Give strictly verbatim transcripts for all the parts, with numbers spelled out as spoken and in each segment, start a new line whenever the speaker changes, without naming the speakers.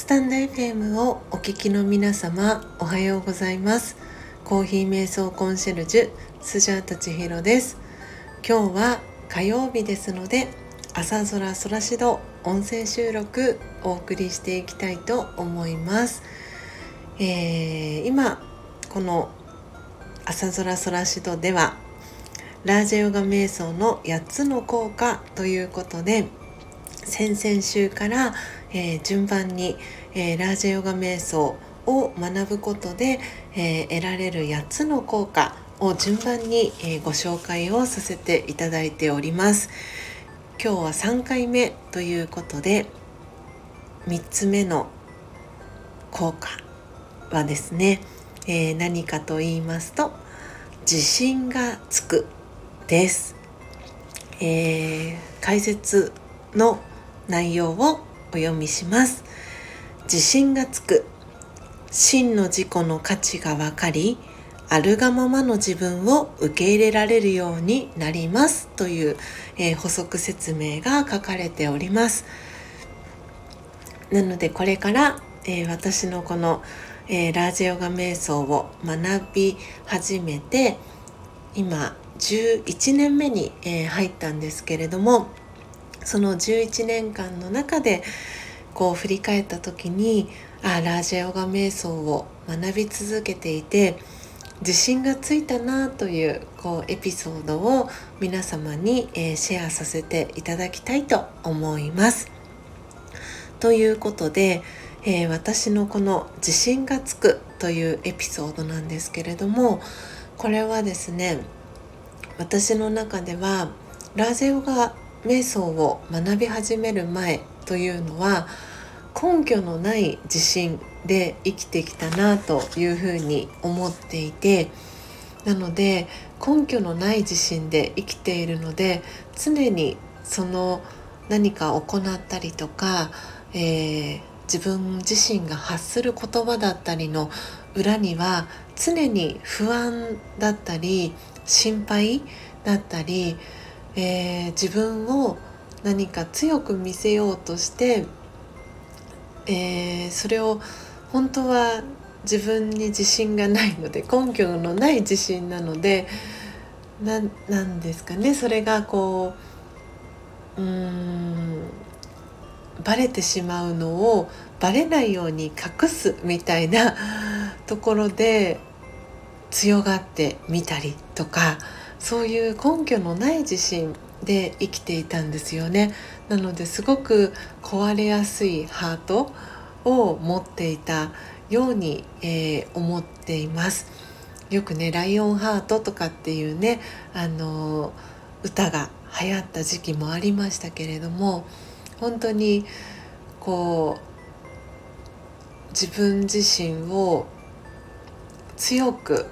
スタンド エフエム をお聞きの皆様、おはようございます。コーヒー瞑想コンシェルジュスジャータ千尋です。今日は火曜日ですので、朝空空しど音声収録お送りしていきたいと思います。えー、今この朝空空しどではラージャヨガ瞑想のやっつの効果ということで、先々週から、えー、順番に、えー、ラージャヨガ瞑想を学ぶことで、えー、得られるやっつの効果を順番に、えー、ご紹介をさせていただいております。今日はさんかいめということで、みっつめの効果はですね、えー、何かと言いますと、自信がつくです。えー、解説の内容をお読みします。自信がつく。真の自己の価値が分かり、あるがままの自分を受け入れられるようになりますという、えー、補足説明が書かれております。なのでこれから、えー、私のこの、えー、ラージャヨガ瞑想を学び始めて今じゅういちねんめに、えー、入ったんですけれども、そのじゅういちねんかんの中でこう振り返った時に、あラージャヨガ瞑想を学び続けていて自信がついたなという、こうエピソードを皆様に、えー、シェアさせていただきたいと思います。ということで、えー、私のこの自信がつくというエピソードなんですけれども、これはですね、私の中ではラージャヨガ瞑想を学び始める前というのは根拠のない自信で生きてきたなというふうに思っていて、なので根拠のない自信で生きているので、常にその何か行ったりとか、えー、自分自身が発する言葉だったりの裏には常に不安だったり心配だったり、えー、自分を何か強く見せようとして、えー、それを本当は自分に自信がないので、根拠のない自信なので、な、なんですかね、それがこう、うーんバレてしまうのをバレないように隠すみたいなところで強がってみたりとか、そういう根拠のない自信で生きていたんですよね。なのですごく壊れやすいハートを持っていたように、えー、思っています。よくね、ライオンハートとかっていうね、あのー、歌が流行った時期もありましたけれども、本当にこう自分自身を強く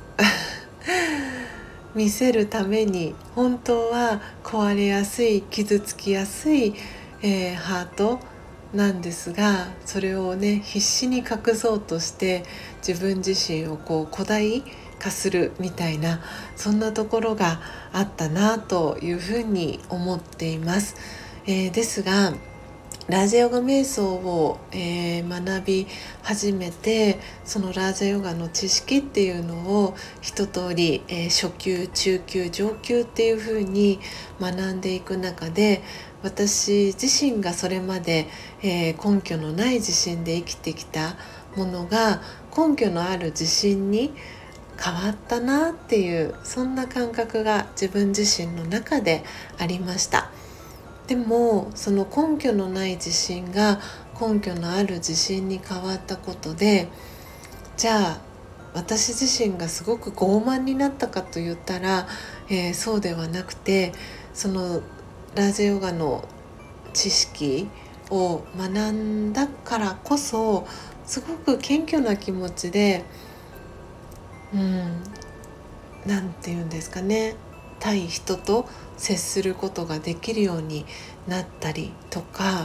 見せるために本当は壊れやすい、傷つきやすい、えー、ハートなんですが、それをね必死に隠そうとして自分自身をこう誇大化するみたいな、そんなところがあったなというふうに思っています。えー、ですがラージャヨガ瞑想を、えー、学び始めて、そのラージャヨガの知識っていうのを一通り、えー、初級、中級、上級っていう風に学んでいく中で、私自身がそれまで、えー、根拠のない自信で生きてきたものが根拠のある自信に変わったなっていう、そんな感覚が自分自身の中でありました。でもその根拠のない自信が根拠のある自信に変わったことで、じゃあ私自身がすごく傲慢になったかと言ったら、えー、そうではなくて、そのラージャヨガの知識を学んだからこそすごく謙虚な気持ちで、うんなんていうんですかね、対人と接することができるようになったりとか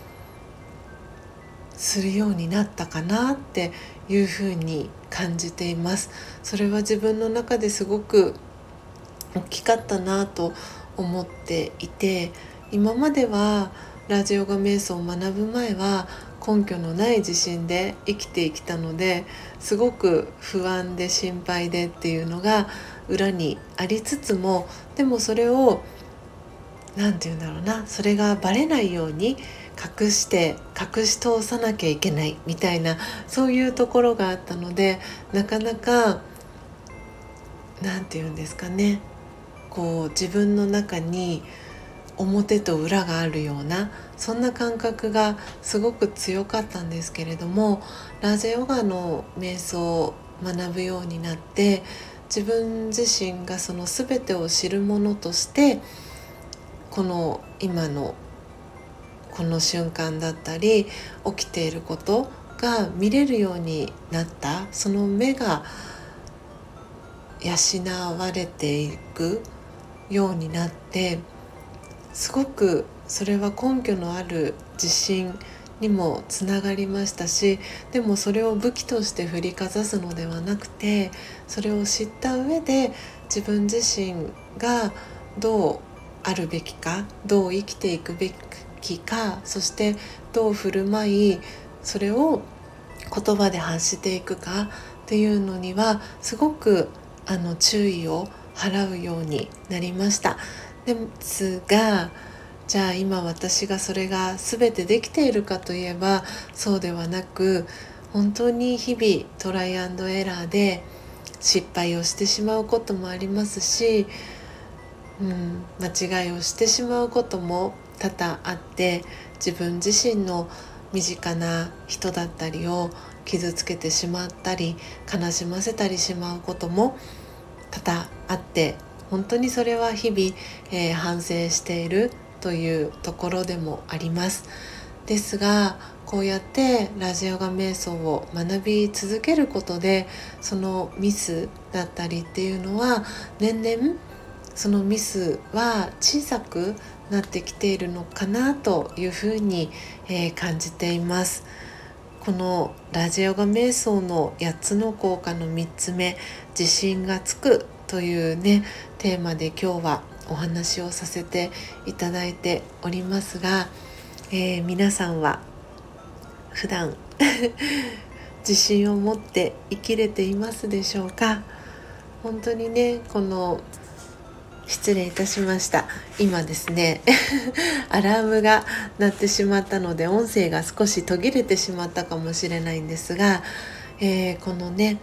するようになったかなっていうふうに感じています。それは自分の中ですごく大きかったなと思っていて、今まではラジオガ瞑想を学ぶ前は根拠のない自信で生きてきたので、すごく不安で心配でっていうのが裏にありつつも、でもそれをなんて言うんだろうな、それがバレないように隠して隠し通さなきゃいけないみたいな、そういうところがあったので、なかなかなんて言うんですかね、こう自分の中に表と裏があるような、そんな感覚がすごく強かったんですけれども、ラージャヨガの瞑想を学ぶようになって、自分自身がその全てを知るものとして、この今のこの瞬間だったり起きていることが見れるようになった、その目が養われていくようになって、すごくそれは根拠のある自信にもつながりましたし、でもそれを武器として振りかざすのではなくて、それを知った上で自分自身がどうあるべきか、どう生きていくべきか、そしてどう振る舞いそれを言葉で発していくかっていうのにはすごくあの注意を払うようになりました。ですが、じゃあ今私がそれが全てできているかといえばそうではなく、本当に日々トライアンドエラーで失敗をしてしまうこともありますし、うん、間違いをしてしまうことも多々あって、自分自身の身近な人だったりを傷つけてしまったり悲しませたりしまうことも多々あって、本当にそれは日々、えー、反省しているというところでもあります。ですが、こうやってラジオガ瞑想を学び続けることで、そのミスだったりっていうのは年々そのミスは小さくなってきているのかなというふうに、えー、感じています。このラジオガ瞑想のやっつの効果のみっつめ、自信がつくというねテーマで今日はお話をさせていただいておりますが、えー、皆さんは普段自信を持って生きれていますでしょうか。本当にね、この失礼いたしました。今ですねアラームが鳴ってしまったので音声が少し途切れてしまったかもしれないんですが、えー、このね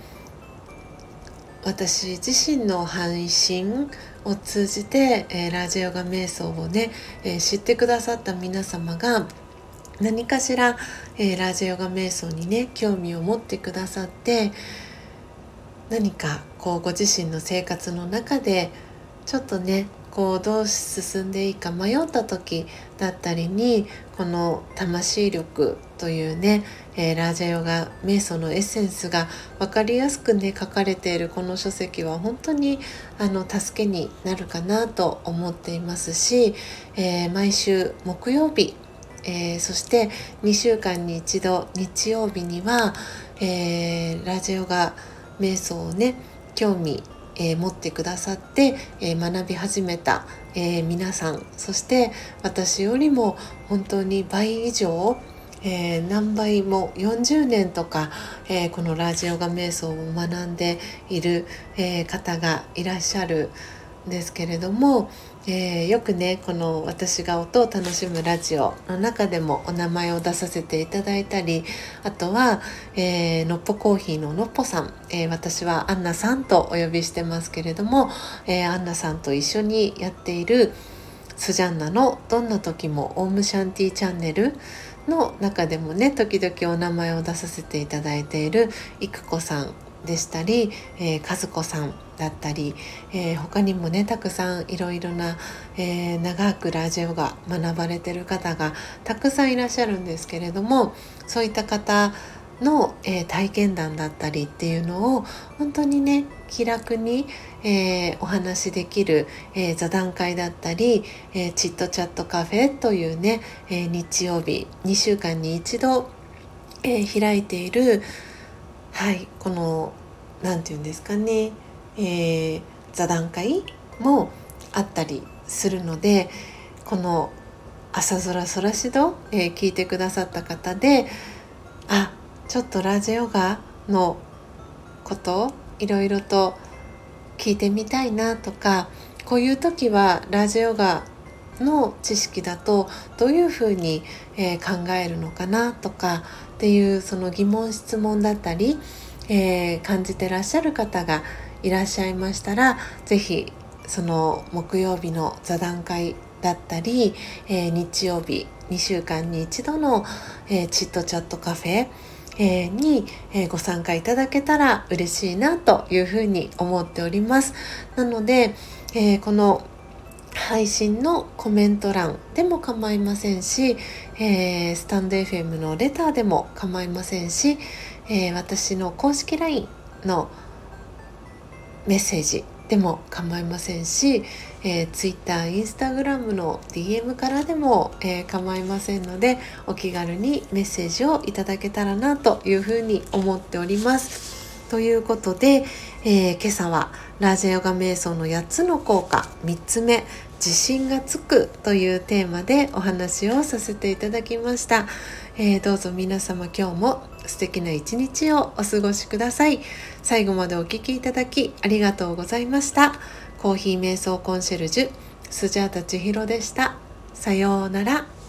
私自身の配信を通じて、えー、ラジオガ瞑想をね、えー、知ってくださった皆様が何かしら、えー、ラジオガ瞑想にね興味を持ってくださって、何かこうご自身の生活の中でちょっとねこうどう進んでいいか迷った時だったりに、この魂力というね、えー、ラージャヨガ瞑想のエッセンスが分かりやすくね書かれているこの書籍は本当にあの助けになるかなと思っていますし、えー、毎週木曜日、えー、そしてにしゅうかんに一度日曜日には、えー、ラージャヨガ瞑想をね興味えー、持ってくださって、えー、学び始めた、えー、皆さん、そして私よりも本当に倍以上、えー、何倍もよんじゅうねんとか、えー、このラジオガ瞑想を学んでいる、えー、方がいらっしゃるんですけれども、えー、よくねこの私が音を楽しむラジオの中でもお名前を出させていただいたり、あとは、えー、のっぽコーヒーののっぽさん、えー、私はアンナさんとお呼びしてますけれども、えー、アンナさんと一緒にやっているスジャンナのどんな時もオームシャンティチャンネルの中でもね時々お名前を出させていただいているいくこさんでしたり、えー、和子さんだったり、えー、他にもねたくさんいろいろな、えー、長くラジオが学ばれている方がたくさんいらっしゃるんですけれども、そういった方の、えー、体験談だったりっていうのを本当にね気楽に、えー、お話しできる、えー、座談会だったり、えー、チットチャットカフェというね、えー、日曜日にしゅうかんに一度、えー、開いている、はい、このなんていうんですかね、えー、座談会もあったりするので、この朝空そらしど、えー聞いてくださった方で、あ、ちょっとラージャヨガのこといろいろと聞いてみたいなとか、こういう時はラージャヨガの知識だとどういうふうに、えー考えるのかなとかっていうその疑問質問だったり、えー感じてらっしゃる方がいらっしゃいましたら、ぜひその木曜日の座談会だったり、えー日曜日にしゅうかんに一度の、えーチットチャットカフェ、えーに、えーご参加いただけたら嬉しいなというふうに思っております。なので、えーこの配信のコメント欄でも構いませんし、えースタンド エフエム のレターでも構いませんし、えー私の公式 ライン のメッセージでも構いませんし、えー、Twitter、Instagram の ディーエム からでも、えー構いませんので、お気軽にメッセージをいただけたらなというふうに思っております。ということで、えー今朝はラージャヨガ瞑想のやっつの効果みっつめ、自信がつくというテーマでお話をさせていただきました。えーどうぞ皆様今日も素敵な一日をお過ごしください。最後までお聞きいただきありがとうございました。コーヒー瞑想コンシェルジュスジャータ千尋でした。さようなら。